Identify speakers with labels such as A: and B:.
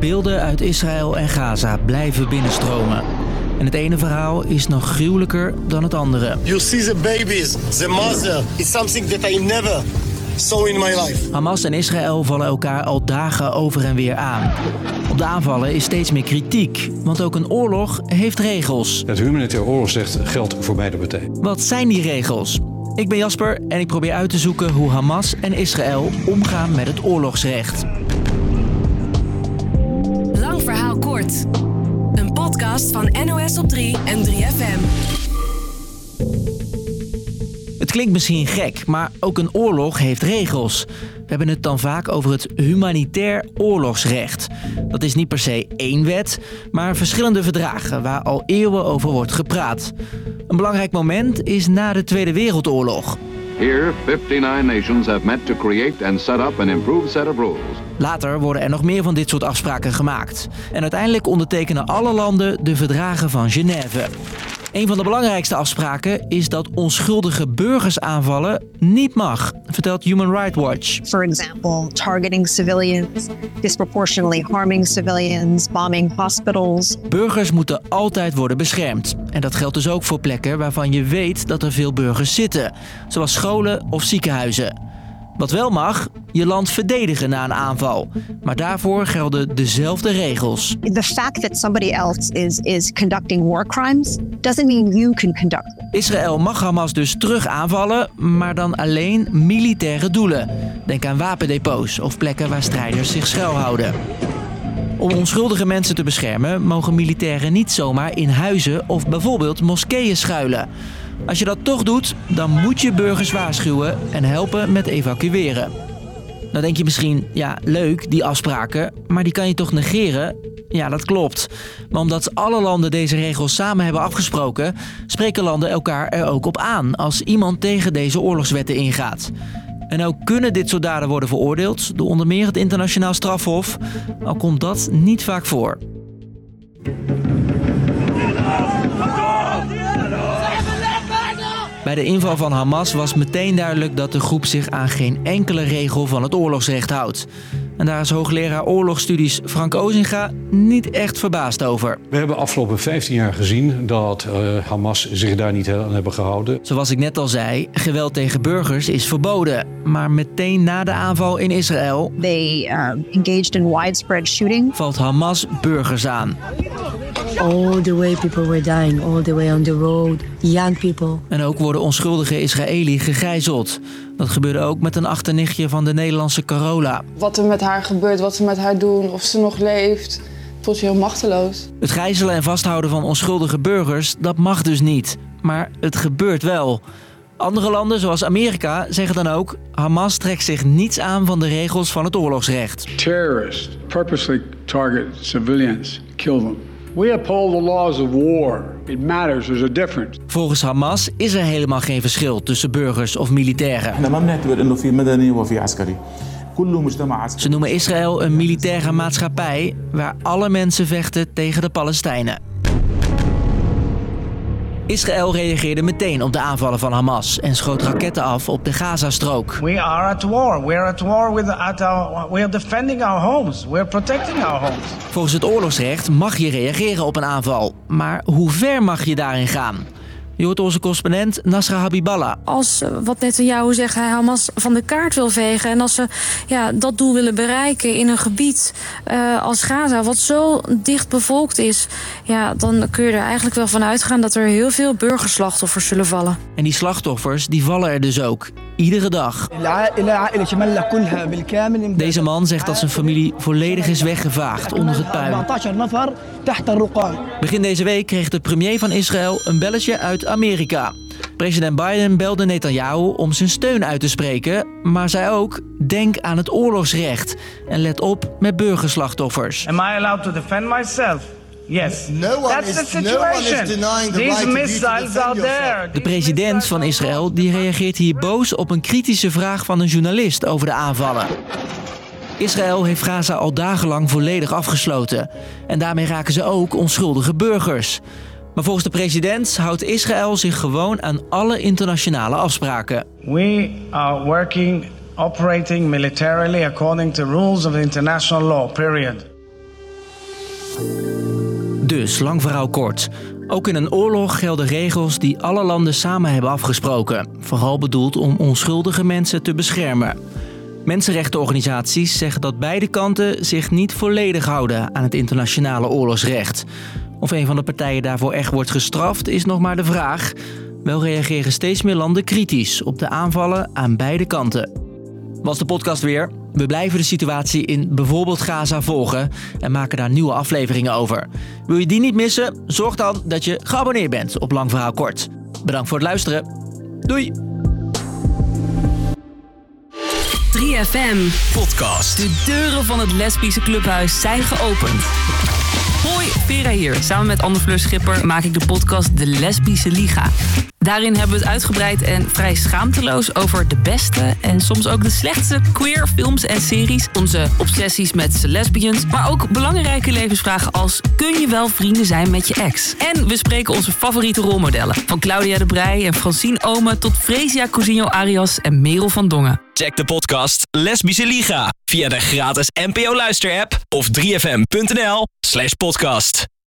A: Beelden uit Israël en Gaza blijven binnenstromen. En het ene verhaal is nog gruwelijker dan het andere.
B: You see the babies, the mother. It's something that I never saw in my life.
A: Hamas en Israël vallen elkaar al dagen over en weer aan. Op de aanvallen is steeds meer kritiek, want ook een oorlog heeft regels.
C: Het humanitair oorlogsrecht geldt voor beide partijen.
A: Wat zijn die regels? Ik ben Jasper en ik probeer uit te zoeken hoe Hamas en Israël omgaan met het oorlogsrecht.
D: Lang verhaal kort. Een podcast van NOS op 3 en 3FM.
A: Het klinkt misschien gek, maar ook een oorlog heeft regels. We hebben het dan vaak over het humanitair oorlogsrecht. Dat is niet per se één wet, maar verschillende verdragen waar al eeuwen over wordt gepraat. Een belangrijk moment is na de Tweede Wereldoorlog.
E: Here, 59 nations have met to create and set up an improved set of rules.
A: Later worden er nog meer van dit soort afspraken gemaakt. En uiteindelijk ondertekenen alle landen de verdragen van Genève. Een van de belangrijkste afspraken is dat onschuldige burgers aanvallen niet mag, vertelt Human Rights Watch.
F: For example, targeting civilians, disproportionately harming civilians, bombing hospitals.
A: Burgers moeten altijd worden beschermd. En dat geldt dus ook voor plekken waarvan je weet dat er veel burgers zitten, zoals scholen of ziekenhuizen. Wat wel mag, je land verdedigen na een aanval. Maar daarvoor gelden dezelfde regels.
F: The fact that somebody else is conducting war crimes doesn't mean you can conduct them.
A: Israël mag Hamas dus terug aanvallen, maar dan alleen militaire doelen. Denk aan wapendepots of plekken waar strijders zich schuilhouden. Om onschuldige mensen te beschermen mogen militairen niet zomaar in huizen of bijvoorbeeld moskeeën schuilen. Als je dat toch doet, dan moet je burgers waarschuwen en helpen met evacueren. Nou denk je misschien, ja leuk die afspraken, maar die kan je toch negeren? Ja, dat klopt. Maar omdat alle landen deze regels samen hebben afgesproken, spreken landen elkaar er ook op aan als iemand tegen deze oorlogswetten ingaat. En ook kunnen dit soort daden worden veroordeeld door onder meer het Internationaal Strafhof, al komt dat niet vaak voor. Bij de inval van Hamas was meteen duidelijk dat de groep zich aan geen enkele regel van het oorlogsrecht houdt. En daar is hoogleraar oorlogsstudies Frank Ozinga niet echt verbaasd over.
C: We hebben afgelopen 15 jaar gezien dat Hamas zich daar niet aan hebben gehouden.
A: Zoals ik net al zei, geweld tegen burgers is verboden. Maar meteen na de aanval in Israël
F: They engaged in widespread shooting.
A: valt Hamas burgers aan.
G: All the way people were dying, all the way on the road, young people.
A: En ook worden onschuldige Israëli gegijzeld. Dat gebeurde ook met een achternichtje van de Nederlandse Carola.
H: Wat er met haar gebeurt, wat ze met haar doen, of ze nog leeft, voelt je heel machteloos.
A: Het gijzelen en vasthouden van onschuldige burgers, dat mag dus niet. Maar het gebeurt wel. Andere landen, zoals Amerika, zeggen dan ook: Hamas trekt zich niets aan van de regels van het oorlogsrecht.
I: Terrorists purposely target civilians, kill them. We uphold the laws of war. It matters, there's a difference.
A: Volgens Hamas is er helemaal geen verschil tussen burgers of militairen. Ze noemen Israël een militaire maatschappij waar alle mensen vechten tegen de Palestijnen. Israël reageerde meteen op de aanvallen van Hamas en schoot raketten af op de Gazastrook.
J: We are at war. We are at war we are defending our homes. We are protecting our homes.
A: Volgens het oorlogsrecht mag je reageren op een aanval. Maar hoe ver mag je daarin gaan? Je hoort onze correspondent Nasra Habiballah.
K: Als, wat Netanyahu zegt, hij Hamas van de kaart wil vegen. En als ze dat doel willen bereiken in een gebied als Gaza, wat zo dicht bevolkt is, dan kun je er eigenlijk wel van uitgaan dat er heel veel burgerslachtoffers zullen vallen.
A: En die slachtoffers, die vallen er dus ook. Iedere dag. Deze man zegt dat zijn familie volledig is weggevaagd onder het puin. Begin deze week kreeg de premier van Israël een belletje uit Amerika. President Biden belde Netanyahu om zijn steun uit te spreken, maar zei ook: denk aan het oorlogsrecht en let op met burgerslachtoffers.
J: Am I allowed to defend myself? Yes. That's the situation. These missiles out there.
A: De president van Israël die reageert hier boos op een kritische vraag van een journalist over de aanvallen. Israël heeft Gaza al dagenlang volledig afgesloten. En daarmee raken ze ook onschuldige burgers. Maar volgens de president houdt Israël zich gewoon aan alle internationale afspraken.
J: We are operating militarily according to rules of international law, period.
A: Dus, lang verhaal kort. Ook in een oorlog gelden regels die alle landen samen hebben afgesproken. Vooral bedoeld om onschuldige mensen te beschermen. Mensenrechtenorganisaties zeggen dat beide kanten zich niet volledig houden aan het internationale oorlogsrecht. Of een van de partijen daarvoor echt wordt gestraft, is nog maar de vraag. Wel reageren steeds meer landen kritisch op de aanvallen aan beide kanten. Was de podcast weer. We blijven de situatie in bijvoorbeeld Gaza volgen en maken daar nieuwe afleveringen over. Wil je die niet missen? Zorg dan dat je geabonneerd bent op Lang Verhaal Kort. Bedankt voor het luisteren. Doei!
D: 3FM
L: Podcast.
M: De deuren van het lesbische clubhuis zijn geopend. Hoi, Vera hier. Samen met Anne Fleur Schipper maak ik de podcast De Lesbische Liga. Daarin hebben we het uitgebreid en vrij schaamteloos over de beste en soms ook de slechtste queer films en series. Onze obsessies met lesbians, maar ook belangrijke levensvragen als: kun je wel vrienden zijn met je ex? En we spreken onze favoriete rolmodellen. Van Claudia de Breij en Francine Omen tot Fresia Cousinho Arias en Merel van Dongen.
L: Check de podcast Lesbische Liga via de gratis NPO Luister-app of 3fm.nl/podcast.